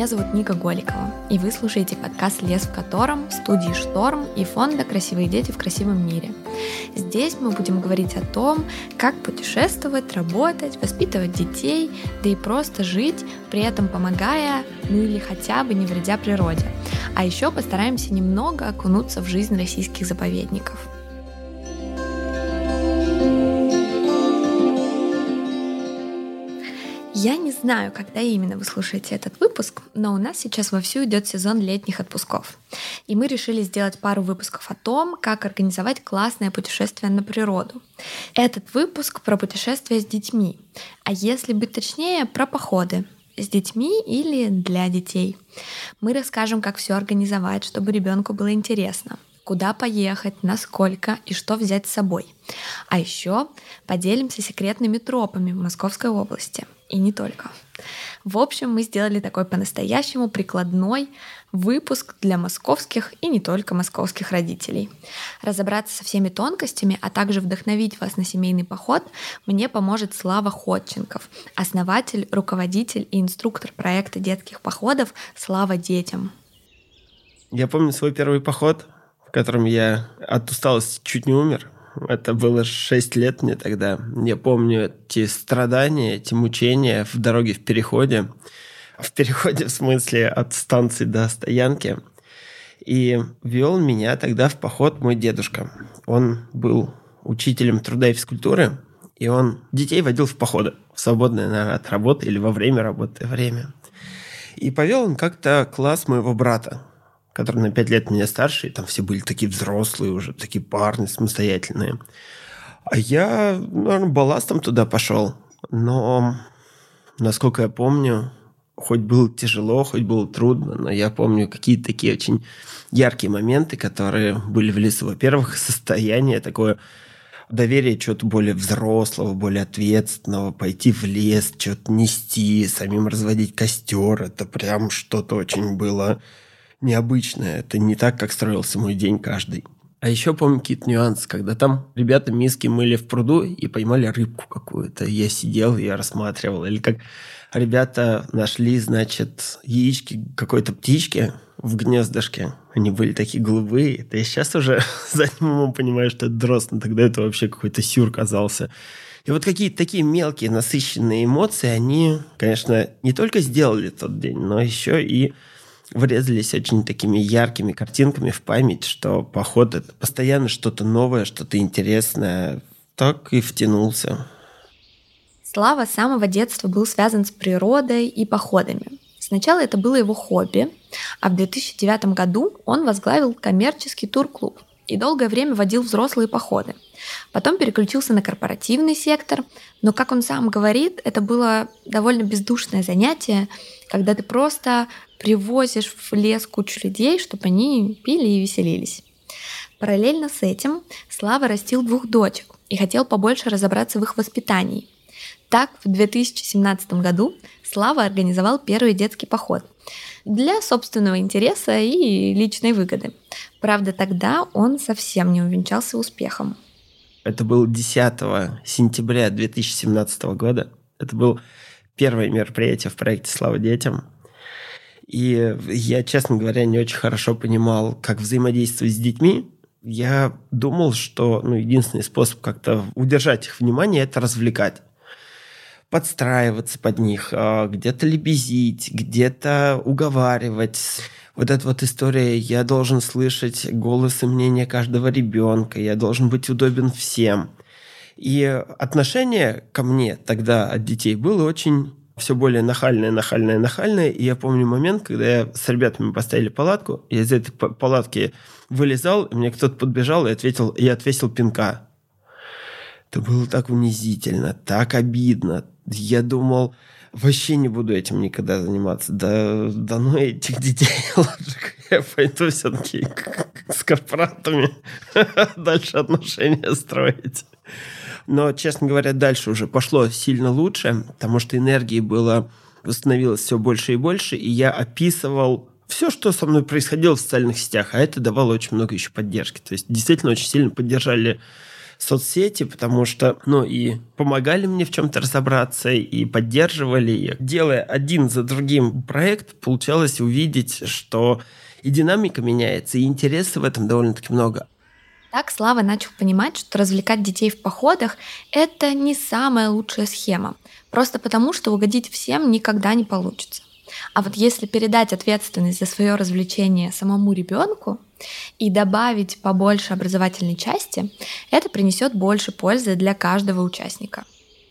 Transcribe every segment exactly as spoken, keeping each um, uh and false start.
Меня зовут Ника Голикова, и вы слушаете подкаст «Лес в котором» студии «Шторм» и фонда «Красивые дети в красивом мире». Здесь мы будем говорить о том, как путешествовать, работать, воспитывать детей, да и просто жить, при этом помогая, ну или хотя бы не вредя природе. А еще постараемся немного окунуться в жизнь российских заповедников. Я не знаю, когда именно вы слушаете этот выпуск, но у нас сейчас вовсю идет сезон летних отпусков. И мы решили сделать пару выпусков о том, как организовать классное путешествие на природу. Этот выпуск про путешествия с детьми, а если быть точнее, про походы с детьми или для детей. Мы расскажем, как все организовать, чтобы ребенку было интересно, куда поехать, насколько и что взять с собой. А еще поделимся секретными тропами в Московской области. И не только. В общем, мы сделали такой по-настоящему прикладной выпуск для московских и не только московских родителей. Разобраться со всеми тонкостями, а также вдохновить вас на семейный поход мне поможет Слава Ходченков, основатель, руководитель и инструктор проекта детских походов «Слава детям». Я помню свой первый поход, в котором я от усталости чуть не умер. Это было шесть лет мне тогда. Я помню эти страдания, эти мучения в дороге в переходе. В переходе, в смысле, от станции до стоянки. И вел меня тогда в поход мой дедушка. Он был учителем труда и физкультуры, и он детей водил в походы. В свободное, наверное, от работы или во время работы время. И повел он как-то класс моего брата, который на пять лет меня старше, и там все были такие взрослые уже, такие парни самостоятельные. А я, наверное, балластом туда пошел. Но, насколько я помню, хоть было тяжело, хоть было трудно, но я помню какие-то такие очень яркие моменты, которые были в лесу. Во-первых, состояние такое доверие чего-то более взрослого, более ответственного, пойти в лес, что-то нести, самим разводить костер. Это прям что-то очень было необычное. Это не так, как строился мой день каждый. А еще помню какие-то нюансы, когда там ребята миски мыли в пруду и поймали рыбку какую-то. Я сидел, я рассматривал. Или как ребята нашли, значит, яички какой-то птички в гнездышке. Они были такие голубые. Это я сейчас уже задним умом понимаю, что это дрозд, но тогда это вообще какой-то сюр казался. И вот какие-то такие мелкие, насыщенные эмоции, они, конечно, не только сделали тот день, но еще и врезались очень такими яркими картинками в память, что поход – это постоянно что-то новое, что-то интересное. Так и втянулся. Слава с самого детства был связан с природой и походами. Сначала это было его хобби, а в две тысячи девятом году он возглавил коммерческий турклуб и долгое время водил взрослые походы. Потом переключился на корпоративный сектор, но, как он сам говорит, это было довольно бездушное занятие, когда ты просто привозишь в лес кучу людей, чтобы они пили и веселились. Параллельно с этим Слава растил двух дочек и хотел побольше разобраться в их воспитании. Так, в две тысячи семнадцатом году Слава организовал первый детский поход для собственного интереса и личной выгоды. Правда, тогда он совсем не увенчался успехом. Это было десятого сентября две тысячи семнадцатого года. Это было первое мероприятие в проекте «Слава детям». И я, честно говоря, не очень хорошо понимал, как взаимодействовать с детьми. Я думал, что ну, единственный способ как-то удержать их внимание – это развлекать. Подстраиваться под них, где-то лебезить, где-то уговаривать. Вот эта вот история, я должен слышать голос и мнение каждого ребенка, я должен быть удобен всем. И отношение ко мне тогда от детей было очень все более нахальное, нахальное, нахальное. И я помню момент, когда я с ребятами поставили палатку, я из этой палатки вылезал, и мне кто-то подбежал и ответил, и отвесил пинка. Это было так унизительно, так обидно. Я думал, вообще не буду этим никогда заниматься. Да, да ну этих детей, лучше я пойду все-таки с корпоратами дальше отношения строить. Но, честно говоря, дальше уже пошло сильно лучше, потому что энергии было, становилось все больше и больше, и я описывал все, что со мной происходило в социальных сетях, а это давало очень много еще поддержки. То есть действительно очень сильно поддержали соцсети, потому что, ну, и помогали мне в чем-то разобраться, и поддерживали. И делая один за другим проект, получалось увидеть, что и динамика меняется, и интереса в этом довольно-таки много. Так Слава начал понимать, что развлекать детей в походах – это не самая лучшая схема, просто потому, что угодить всем никогда не получится. А вот если передать ответственность за свое развлечение самому ребенку и добавить побольше образовательной части, это принесет больше пользы для каждого участника.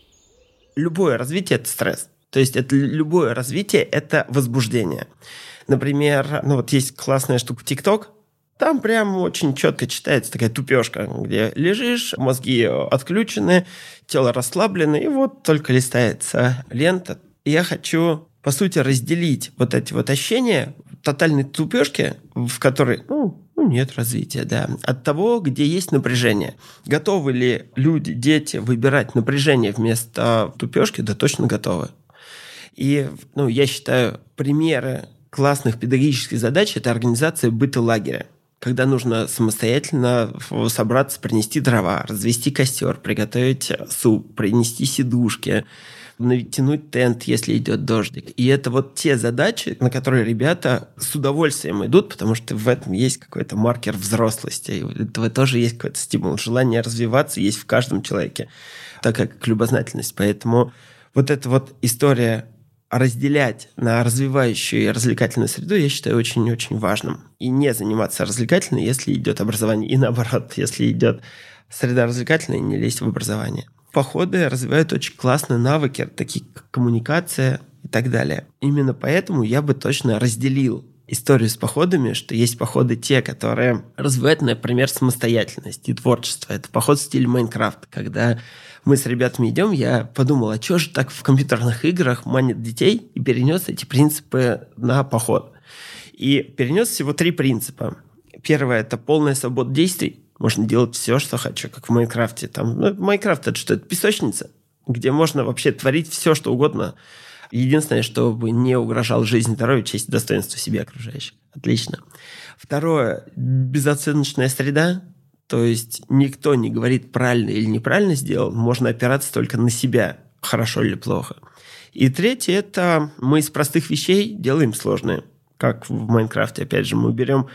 Любое развитие – это стресс. То есть это любое развитие – это возбуждение. Например, ну вот есть классная штука TikTok. Там прям очень четко читается такая тупешка, где лежишь, мозги отключены, тело расслаблено, и вот только листается лента. И я хочу, по сути, разделить вот эти вот ощущения тотальной тупешки, в которой, ну, ну, нет развития, да, от того, где есть напряжение. Готовы ли люди, дети выбирать напряжение вместо тупешки? Да точно готовы. И, ну, я считаю, примеры классных педагогических задач – это организация быта лагеря. Когда нужно самостоятельно собраться, принести дрова, развести костер, приготовить суп, принести сидушки, натянуть тент, если идет дождик. И это вот те задачи, на которые ребята с удовольствием идут, потому что в этом есть какой-то маркер взрослости. И в этом тоже есть какой-то стимул. Желание развиваться есть в каждом человеке, так как любознательность. Поэтому вот эта вот история разделять на развивающую и развлекательную среду, я считаю, очень-очень важным. И не заниматься развлекательной, если идет образование. И наоборот, если идет среда развлекательная, не лезть в образование. Походы развивают очень классные навыки, такие как коммуникация и так далее. Именно поэтому я бы точно разделил историю с походами, что есть походы те, которые развивают, например, самостоятельность и творчество. Это поход в стиле Майнкрафт, когда мы с ребятами идем, я подумал, а что же так в компьютерных играх манит детей, и перенес эти принципы на поход. И перенес всего три принципа. Первое – это полная свобода действий. Можно делать все, что хочу, как в Майнкрафте. Там, ну, Майнкрафт – это что? Это песочница, где можно вообще творить все, что угодно. Единственное, чтобы не угрожал жизнь, здоровью, честь и достоинству себе окружающих. Отлично. Второе – безоценочная среда. То есть никто не говорит, правильно или неправильно сделал, можно опираться только на себя, хорошо или плохо. И третье – это мы из простых вещей делаем сложные. Как в Майнкрафте, опять же, мы берем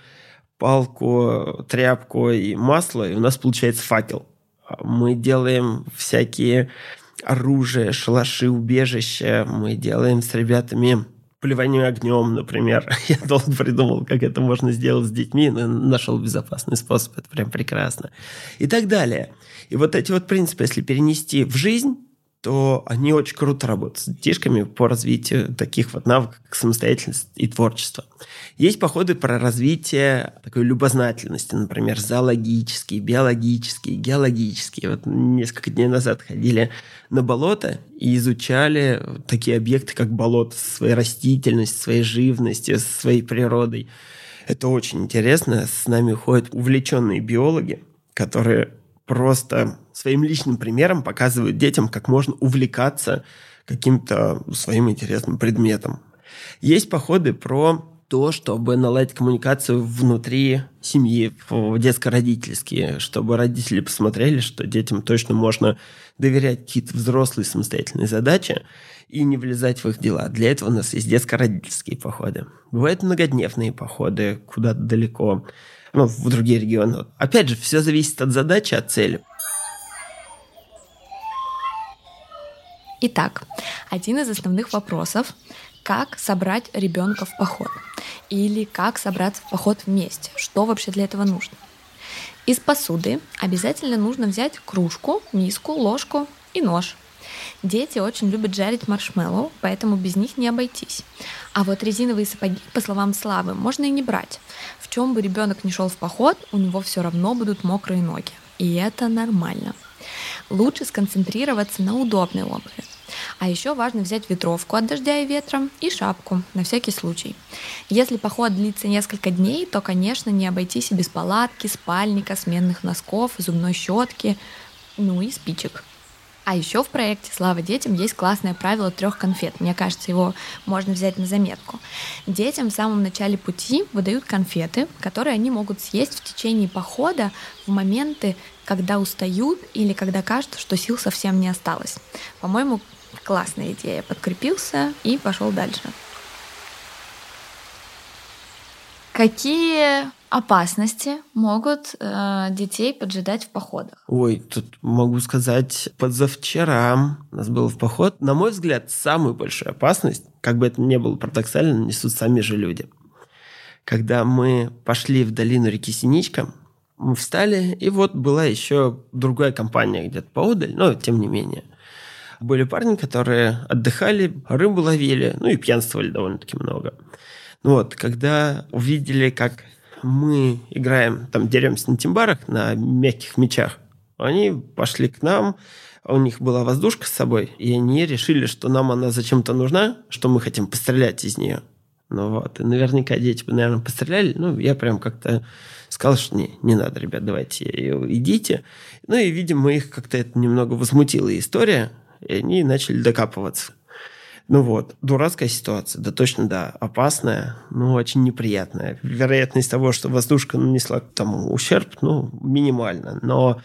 палку, тряпку и масло, и у нас получается факел. Мы делаем всякие оружия, шалаши, убежища, мы делаем с ребятами поливание огнем, например. Я долго придумал, как это можно сделать с детьми, но нашел безопасный способ. Это прям прекрасно. И так далее. И вот эти вот принципы, если перенести в жизнь, то они очень круто работают с детишками по развитию таких вот навыков, как самостоятельность и творчество. Есть походы про развитие такой любознательности, например, зоологические, биологические, геологические. Вот несколько дней назад ходили на болото и изучали такие объекты, как болото, своей растительностью, своей живностью, своей природой. Это очень интересно. С нами ходят увлеченные биологи, которые просто своим личным примером показывают детям, как можно увлекаться каким-то своим интересным предметом. Есть походы про то, чтобы наладить коммуникацию внутри семьи, детско-родительские, чтобы родители посмотрели, что детям точно можно доверять какие-то взрослые самостоятельные задачи и не влезать в их дела. Для этого у нас есть детско-родительские походы. Бывают многодневные походы куда-то далеко, ну, в другие регионы. Опять же, все зависит от задачи, от цели. Итак, один из основных вопросов – как собрать ребенка в поход? Или как собраться в поход вместе? Что вообще для этого нужно? Из посуды обязательно нужно взять кружку, миску, ложку и нож. Дети очень любят жарить маршмеллоу, поэтому без них не обойтись. А вот резиновые сапоги, по словам Славы, можно и не брать. В чем бы ребенок ни шел в поход, у него все равно будут мокрые ноги. И это нормально. Лучше сконцентрироваться на удобной обуви. А еще важно взять ветровку от дождя и ветра и шапку на всякий случай. Если поход длится несколько дней, то, конечно, не обойтись и без палатки, спальника, сменных носков, зубной щетки, ну и спичек. А еще в проекте «Слава детям» есть классное правило трех конфет. Мне кажется, его можно взять на заметку. Детям в самом начале пути выдают конфеты, которые они могут съесть в течение похода в моменты, когда устают или когда кажется, что сил совсем не осталось. По-моему, классная идея. Подкрепился и пошел дальше. Какие опасности могут э, детей поджидать в походах? Ой, тут могу сказать, позавчера у нас был в поход. На мой взгляд, самую большую опасность, как бы это ни было парадоксально, несут сами же люди. Когда мы пошли в долину реки Синичка, мы встали, и вот была еще другая компания где-то поодаль, но тем не менее. Были парни, которые отдыхали, рыбу ловили, ну и пьянствовали довольно-таки много. Ну вот, когда увидели, как мы играем, там, деремся на тимбарах, на мягких мячах, они пошли к нам, у них была воздушка с собой, и они решили, что нам она зачем-то нужна, что мы хотим пострелять из нее. Ну вот, и наверняка дети бы, наверное, постреляли. Ну, я прям как-то сказал, что не, не надо, ребят, давайте, идите. Ну и, видимо, их как-то это немного возмутила история, и они начали докапываться. Ну вот, дурацкая ситуация, да точно, да, опасная, но очень неприятная. Вероятность того, что воздушка нанесла там ущерб, ну, минимальна, но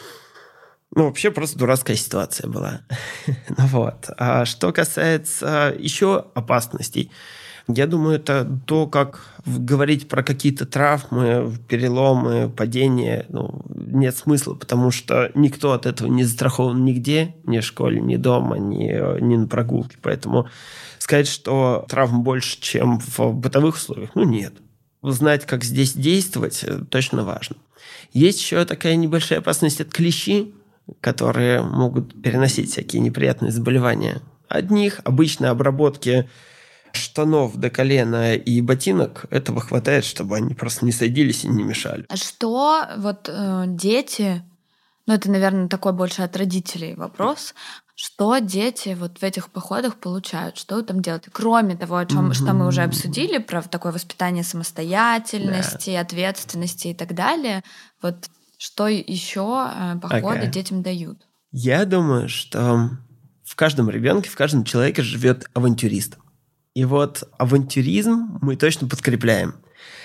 ну, вообще просто дурацкая ситуация была. Ну вот. А что касается еще опасностей, я думаю, это то, как говорить про какие-то травмы, переломы, падения, ну, нет смысла, потому что никто от этого не застрахован нигде, ни в школе, ни дома, ни, ни на прогулке. Поэтому сказать, что травм больше, чем в бытовых условиях, ну, нет. Узнать, как здесь действовать, точно важно. Есть еще такая небольшая опасность от клещи, которые могут переносить всякие неприятные заболевания. От них обычно обработки штанов до колена и ботинок этого хватает, чтобы они просто не садились и не мешали. А что вот э, дети, ну это, наверное, такой больше от родителей вопрос, что дети вот в этих походах получают, что вы там делаете, кроме того, о чем, mm-hmm. что мы уже обсудили, про такое воспитание самостоятельности, yeah. ответственности и так далее, вот что еще э, походы okay. детям дают? Я думаю, что в каждом ребенке, в каждом человеке живет авантюрист. И вот авантюризм мы точно подкрепляем.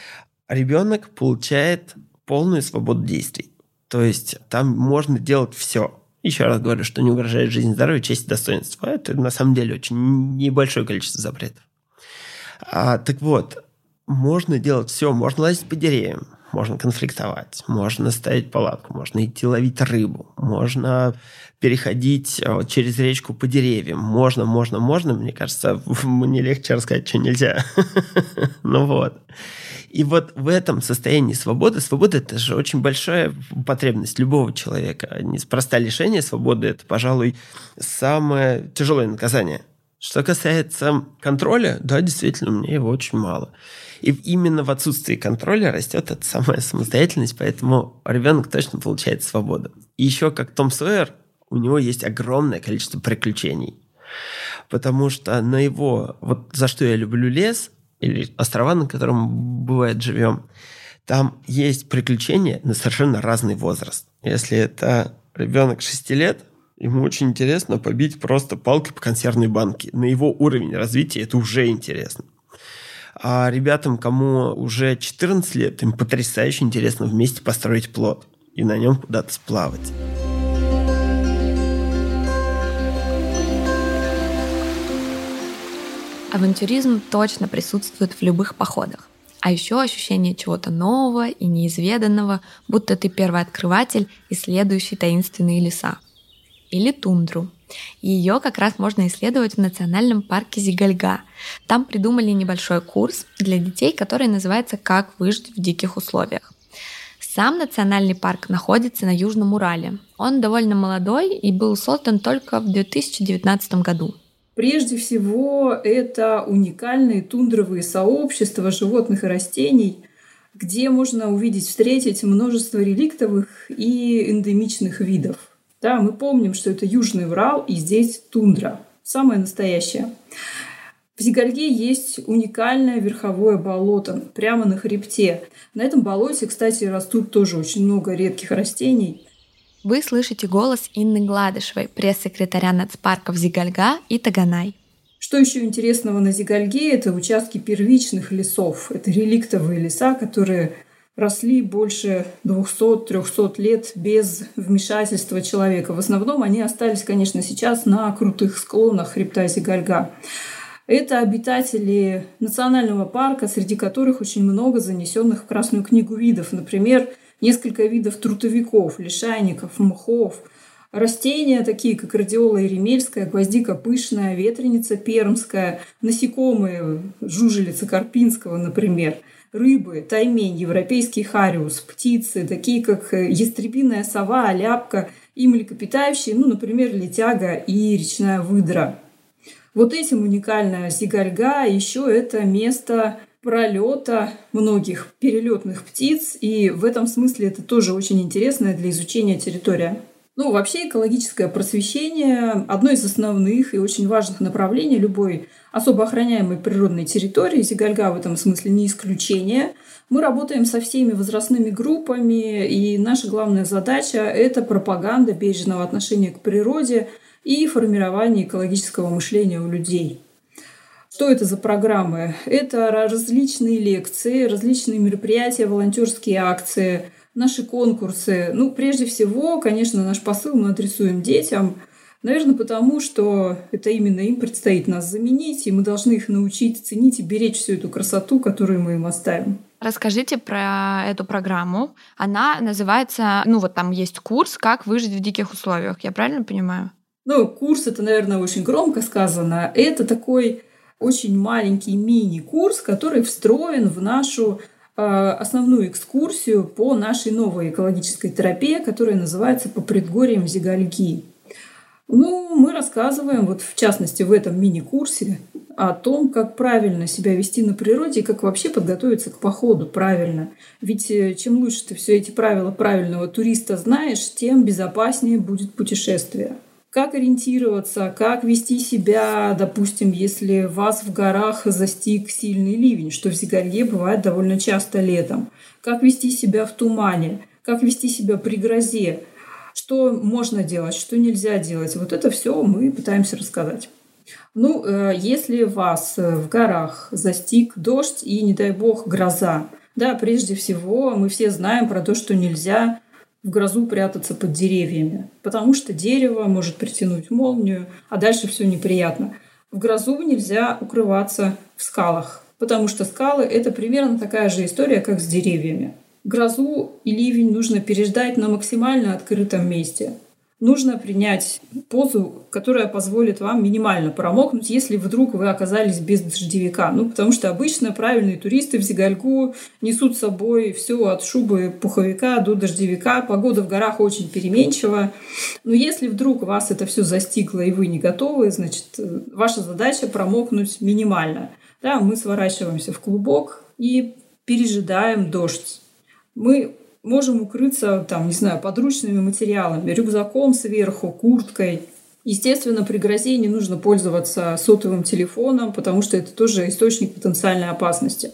Ребенок получает полную свободу действий. То есть там можно делать все. Еще раз говорю, что не угрожает жизни, здоровью, чести и достоинству. Это на самом деле очень небольшое количество запретов. А, так вот, можно делать все. Можно лазить по деревьям, можно конфликтовать, можно ставить палатку, можно идти ловить рыбу, можно переходить через речку по деревьям. Можно, можно, можно. Мне кажется, мне легче рассказать, что нельзя. Ну вот. И вот в этом состоянии свободы, свобода – это же очень большая потребность любого человека. Неспроста лишение свободы – это, пожалуй, самое тяжелое наказание. Что касается контроля, да, действительно, мне его очень мало. И именно в отсутствии контроля растет эта самая самостоятельность, поэтому ребенок точно получает свободу. И еще, как Том Сойер, у него есть огромное количество приключений. Потому что на его... Вот за что я люблю лес, или острова, на котором, бывает, живем, там есть приключения на совершенно разный возраст. Если это ребенок шести лет, ему очень интересно побить просто палкой по консервной банке. На его уровень развития это уже интересно. А ребятам, кому уже четырнадцать лет, им потрясающе интересно вместе построить плот и на нем куда-то сплавать. Авантюризм точно присутствует в любых походах. А еще ощущение чего-то нового и неизведанного, будто ты первооткрыватель, исследующий таинственные леса. Или тундру. Ее как раз можно исследовать в национальном парке Зигальга. Там придумали небольшой курс для детей, который называется «Как выжить в диких условиях». Сам национальный парк находится на Южном Урале. Он довольно молодой и был создан только в две тысячи девятнадцатом году. Прежде всего, это уникальные тундровые сообщества животных и растений, где можно увидеть, встретить множество реликтовых и эндемичных видов. Да, мы помним, что это Южный Урал, и здесь тундра, самая настоящая. В Зигальге есть уникальное верховое болото прямо на хребте. На этом болоте, кстати, растут тоже очень много редких растений. Вы слышите голос Инны Гладышевой, пресс-секретаря нацпарков Зигальга и Таганай. Что еще интересного на Зигальге? Это участки первичных лесов. Это реликтовые леса, которые росли больше двухсот-трехсот лет без вмешательства человека. В основном они остались, конечно, сейчас на крутых склонах хребта Зигальга. Это обитатели национального парка, среди которых очень много занесенных в Красную книгу видов. Например, несколько видов трутовиков, лишайников, мхов. Растения, такие как радиола еремельская, гвоздика пышная, ветреница пермская, насекомые, жужелица Карпинского, например, рыбы, таймень, европейский хариус, птицы, такие как ястребиная сова, ляпка и млекопитающие, ну, например, летяга и речная выдра. Вот этим уникальная Зигальга, еще это место пролета многих перелетных птиц, и в этом смысле это тоже очень интересная для изучения территория. Ну, вообще экологическое просвещение – одно из основных и очень важных направлений любой особо охраняемой природной территории. Зигальга в этом смысле не исключение. Мы работаем со всеми возрастными группами, и наша главная задача – это пропаганда бережного отношения к природе и формирование экологического мышления у людей. Что это за программы? Это различные лекции, различные мероприятия, волонтерские акции, наши конкурсы. Ну, прежде всего, конечно, наш посыл мы адресуем детям. Наверное, потому что это именно им предстоит нас заменить, и мы должны их научить ценить и беречь всю эту красоту, которую мы им оставим. Расскажите про эту программу. Она называется, ну вот там есть курс «Как выжить в диких условиях». Я правильно понимаю? Ну, курс — это, наверное, очень громко сказано. Это такой очень маленький мини-курс, который встроен в нашу э, основную экскурсию по нашей новой экологической тропе, которая называется «По предгорьям Зигальги». Ну, мы рассказываем, вот в частности в этом мини-курсе, о том, как правильно себя вести на природе и как вообще подготовиться к походу правильно. Ведь чем лучше ты все эти правила правильного туриста знаешь, тем безопаснее будет путешествие. Как ориентироваться, как вести себя, допустим, если вас в горах застиг сильный ливень, что в Зигальге бывает довольно часто летом. Как вести себя в тумане, как вести себя при грозе, что можно делать, что нельзя делать. Вот это все мы пытаемся рассказать. Ну, если вас в горах застиг дождь и, не дай бог, гроза, да, прежде всего мы все знаем про то, что нельзя в грозу прятаться под деревьями, потому что дерево может притянуть молнию, а дальше все неприятно. В грозу нельзя укрываться в скалах, потому что скалы — это примерно такая же история, как с деревьями. Грозу и ливень нужно переждать на максимально открытом месте. Нужно принять позу, которая позволит вам минимально промокнуть, если вдруг вы оказались без дождевика. Ну, потому что обычно правильные туристы в Зигальгу несут с собой все от шубы пуховика до дождевика. Погода в горах очень переменчива. Но если вдруг вас это все застигло и вы не готовы, значит, ваша задача промокнуть минимально. Да, мы сворачиваемся в клубок и пережидаем дождь. Мы можем укрыться, там, не знаю, подручными материалами, рюкзаком сверху, курткой. Естественно, при грозе не нужно пользоваться сотовым телефоном, потому что это тоже источник потенциальной опасности.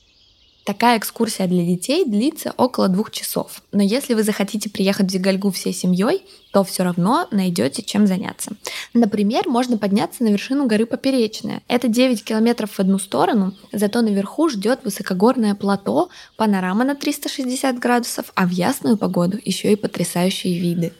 Такая экскурсия для детей длится около двух часов. Но если вы захотите приехать в Зигальгу всей семьей, то все равно найдете чем заняться. Например, можно подняться на вершину горы Поперечная. Это девять километров в одну сторону, зато наверху ждет высокогорное плато, панорама на триста шестьдесят градусов, а в ясную погоду еще и потрясающие виды.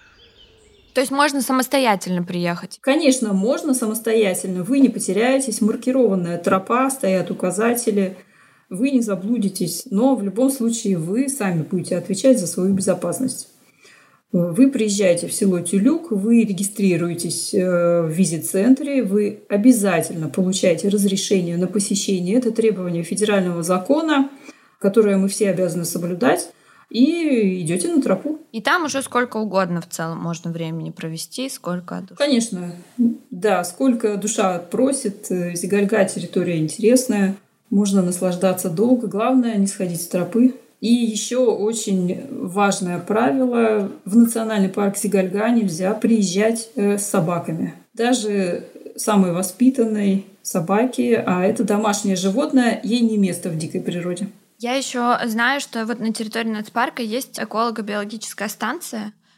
То есть можно самостоятельно приехать? Конечно, можно самостоятельно. Вы не потеряетесь, маркированная тропа, стоят указатели. Вы не заблудитесь, но в любом случае вы сами будете отвечать за свою безопасность. Вы приезжаете в село Тюлюк, вы регистрируетесь в визит-центре, вы обязательно получаете разрешение на посещение. Это требование федерального закона, которое мы все обязаны соблюдать, и идете на тропу. И там уже сколько угодно в целом можно времени провести, сколько душа. Конечно, да, сколько душа просит. Зигальга — территория интересная. Можно наслаждаться долго. Главное — не сходить с тропы. И еще очень важное правило. В национальный парк Зигальга нельзя приезжать с собаками. Даже самой воспитанной собаки, а это домашнее животное, ей не место в дикой природе. Я еще знаю, что вот на территории нацпарка есть эколого-биологическая станция,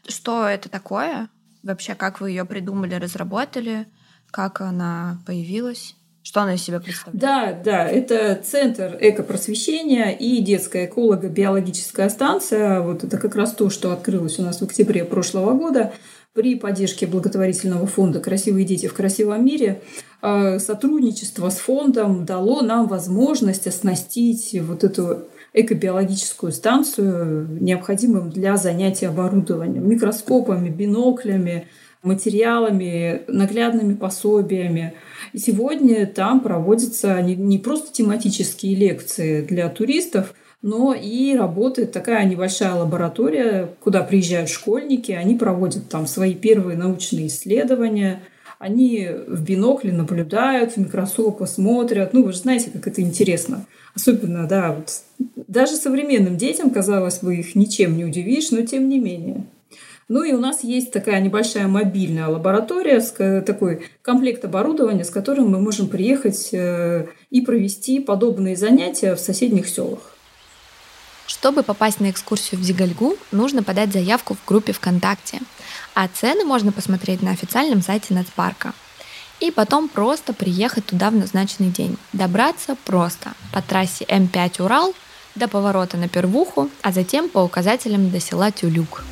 Что это такое? Вообще, как вы ее придумали, разработали? Как она появилась? Что она из себя представляет? Да, да, это Центр экопросвещения и детская эколого-биологическая станция. Вот это как раз то, что открылось у нас в октябре прошлого года при поддержке благотворительного фонда «Красивые дети в красивом мире». Сотрудничество с фондом дало нам возможность оснастить вот эту экобиологическую станцию необходимым для занятий оборудованием, микроскопами, биноклями, материалами, наглядными пособиями. И сегодня там проводятся не, не просто тематические лекции для туристов, но и работает такая небольшая лаборатория, куда приезжают школьники, они проводят там свои первые научные исследования, они в бинокле наблюдают, в микроскопы смотрят. Ну, вы же знаете, как это интересно. Особенно, да, вот, даже современным детям, казалось бы, их ничем не удивишь, но тем не менее. Ну и у нас есть такая небольшая мобильная лаборатория, такой комплект оборудования, с которым мы можем приехать и провести подобные занятия в соседних селах. Чтобы попасть на экскурсию в Зигальгу, нужно подать заявку в группе ВКонтакте, а цены можно посмотреть на официальном сайте нацпарка. И потом просто приехать туда в назначенный день. Добраться просто по трассе эм пять Урал до поворота на Первуху, а затем по указателям до села Тюлюк.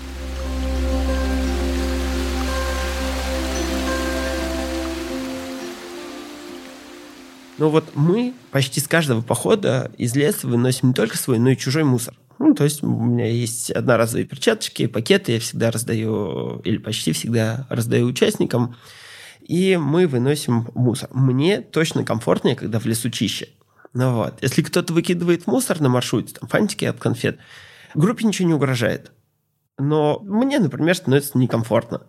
Ну вот мы почти с каждого похода из леса выносим не только свой, но и чужой мусор. Ну, то есть у меня есть одноразовые перчаточки, пакеты я всегда раздаю, или почти всегда раздаю участникам, и мы выносим мусор. Мне точно комфортнее, когда в лесу чище. Ну вот. Если кто-то выкидывает мусор на маршруте, там фантики от конфет, группе ничего не угрожает. Но мне, например, становится некомфортно.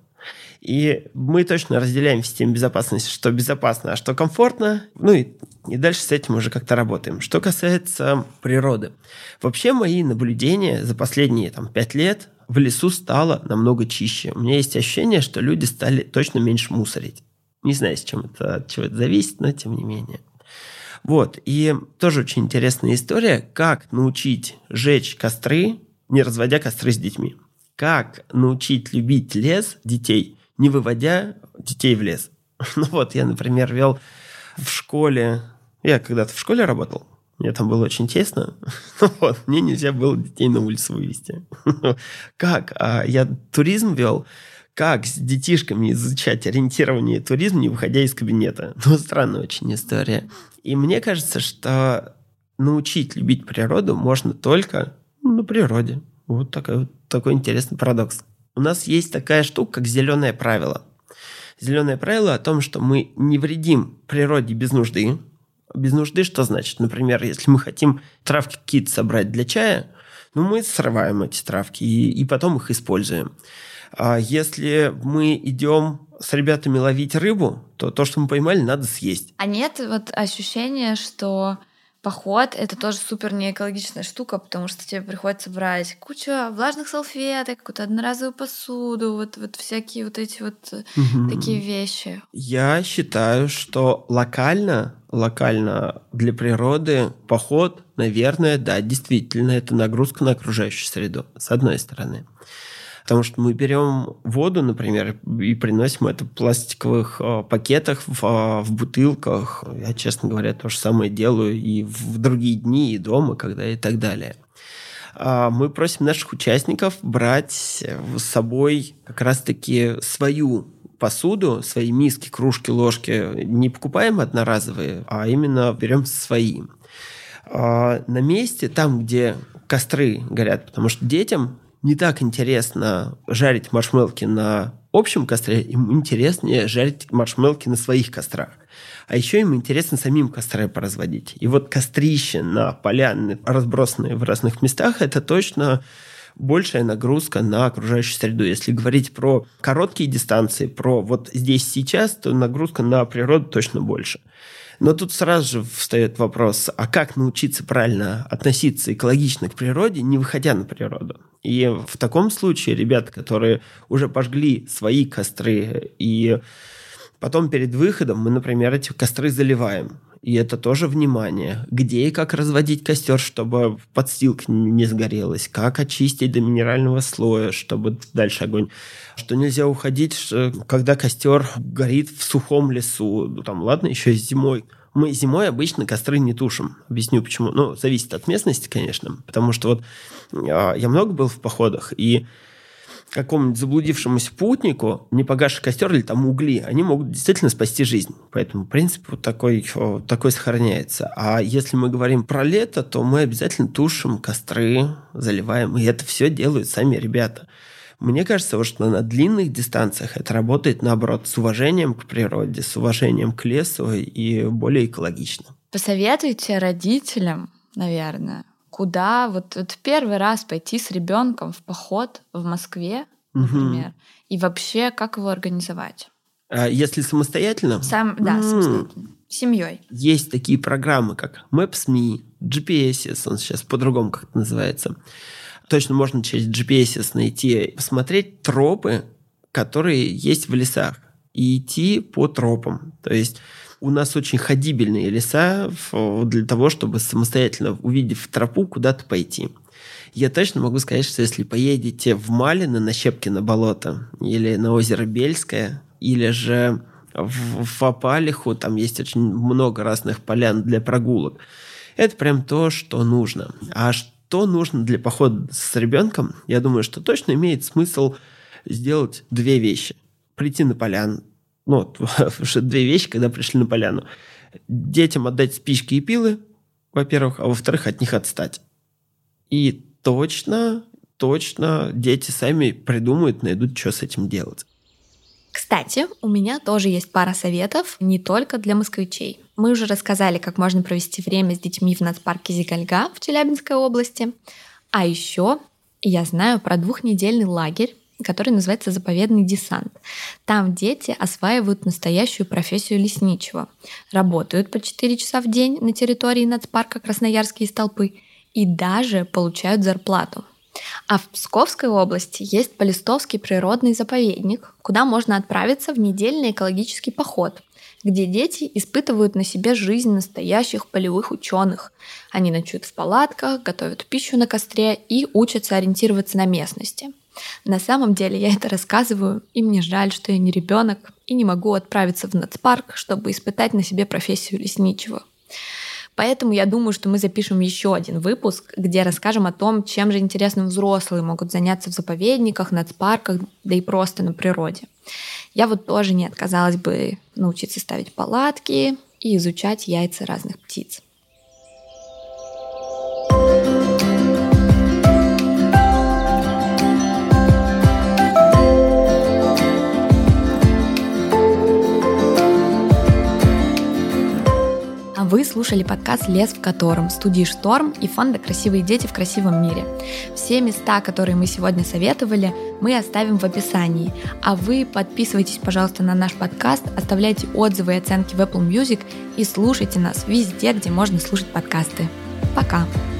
И мы точно разделяем в системе безопасности, что безопасно, а что комфортно. Ну и, и дальше с этим уже как-то работаем. Что касается природы. Вообще мои наблюдения за последние там, пять лет в лесу стало намного чище. У меня есть ощущение, что люди стали точно меньше мусорить. Не знаю, с чем это, от чего это зависит, но тем не менее. Вот. И тоже очень интересная история, как научить жечь костры, не разводя костры с детьми. Как научить любить лес детей, не выводя детей в лес. Ну вот, я, например, вел в школе... Я когда-то в школе работал, мне там было очень тесно. Ну вот, мне нельзя было детей на улицу вывести. Как? А я туризм вел. Как с детишками изучать ориентирование и туризм, не выходя из кабинета? Ну, странная очень история. И мне кажется, что научить любить природу можно только на природе. Вот такой, вот такой интересный парадокс. У нас есть такая штука, как зеленое правило. Зеленое правило о том, что мы не вредим природе без нужды. Без нужды что значит? Например, если мы хотим травки какие-то собрать для чая, ну, мы срываем эти травки и, и потом их используем. А если мы идем с ребятами ловить рыбу, то то, что мы поймали, надо съесть. А нет вот ощущения, что поход — это тоже супер неэкологичная штука, потому что тебе приходится брать кучу влажных салфеток, какую-то одноразовую посуду, вот, вот всякие вот эти вот угу. такие вещи. Я считаю, что локально, локально для природы поход, наверное, да, действительно, это нагрузка на окружающую среду, с одной стороны. Потому что мы берем воду, например, и приносим это в пластиковых пакетах, в, в бутылках. Я, честно говоря, то же самое делаю и в другие дни, и дома, когда и так далее. Мы просим наших участников брать с собой как раз-таки свою посуду, свои миски, кружки, ложки. Не покупаем одноразовые, а именно берем свои. На месте, там, где костры горят, потому что детям не так интересно жарить маршмелки на общем костре, им интереснее жарить маршмелки на своих кострах. А еще им интересно самим костры поразводить. И вот кострища на поляны, разбросанные в разных местах, это точно большая нагрузка на окружающую среду. Если говорить про короткие дистанции, про вот здесь сейчас, то нагрузка на природу точно больше. Но тут сразу же встает вопрос, а как научиться правильно относиться экологично к природе, не выходя на природу? И в таком случае ребята, которые уже пожгли свои костры и Потом перед выходом мы, например, эти костры заливаем. И это тоже внимание. Где и как разводить костер, чтобы подстилка не сгорелась. Как очистить до минерального слоя, чтобы дальше огонь. Что нельзя уходить, когда костер горит в сухом лесу. Там, ладно, еще и зимой. Мы зимой обычно костры не тушим. Объясню почему. Ну, зависит от местности, конечно. Потому что вот я много был в походах, и какому-нибудь заблудившемуся путнику непогасший костер или там угли, они могут действительно спасти жизнь. Поэтому принцип вот такой, вот такой сохраняется. А если мы говорим про лето, то мы обязательно тушим костры, заливаем. И это все делают сами ребята. Мне кажется, что на длинных дистанциях это работает, наоборот, с уважением к природе, с уважением к лесу и более экологично. Посоветуйте родителям, наверное, куда вот, вот первый раз пойти с ребенком в поход в Москве, например, угу. и вообще как его организовать? А если самостоятельно? Сам, да, м-м. самостоятельно. С семьей. Есть такие программы, как Maps.me, джи пи эс эс, он сейчас по-другому как-то называется. Точно можно через джи пи эс эс найти, посмотреть тропы, которые есть в лесах, и идти по тропам. То есть у нас очень ходибельные леса для того, чтобы самостоятельно, увидев тропу, куда-то пойти. Я точно могу сказать, что если поедете в Малино на Щепкино болото или на озеро Бельское, или же в, в Апалиху, там есть очень много разных полян для прогулок, это прям то, что нужно. А что нужно для похода с ребенком, я думаю, что точно имеет смысл сделать две вещи. Прийти на поляну. Ну, две вещи, когда пришли на поляну. Детям отдать спички и пилы, во-первых, а во-вторых, от них отстать. И точно, точно дети сами придумают, найдут, что с этим делать. Кстати, у меня тоже есть пара советов не только для москвичей. Мы уже рассказали, как можно провести время с детьми в нацпарке Зигальга в Челябинской области. А еще я знаю про двухнедельный лагерь, который называется «Заповедный десант». Там дети осваивают настоящую профессию лесничего, работают по четыре часа в день на территории нацпарка Красноярские столпы и даже получают зарплату. А в Псковской области есть Полистовский природный заповедник, куда можно отправиться в недельный экологический поход, где дети испытывают на себе жизнь настоящих полевых ученых. Они ночуют в палатках, готовят пищу на костре и учатся ориентироваться на местности. На самом деле я это рассказываю, и мне жаль, что я не ребенок и не могу отправиться в нацпарк, чтобы испытать на себе профессию лесничего. Поэтому я думаю, что мы запишем еще один выпуск, где расскажем о том, чем же интересно взрослые могут заняться в заповедниках, нацпарках, да и просто на природе. Я вот тоже не отказалась бы научиться ставить палатки и изучать яйца разных птиц. Вы слушали подкаст «Лес в котором» студии «Шторм» и фонда «Красивые дети в красивом мире». Все места, которые мы сегодня советовали, мы оставим в описании. А вы подписывайтесь, пожалуйста, на наш подкаст, оставляйте отзывы и оценки в Apple Music и слушайте нас везде, где можно слушать подкасты. Пока!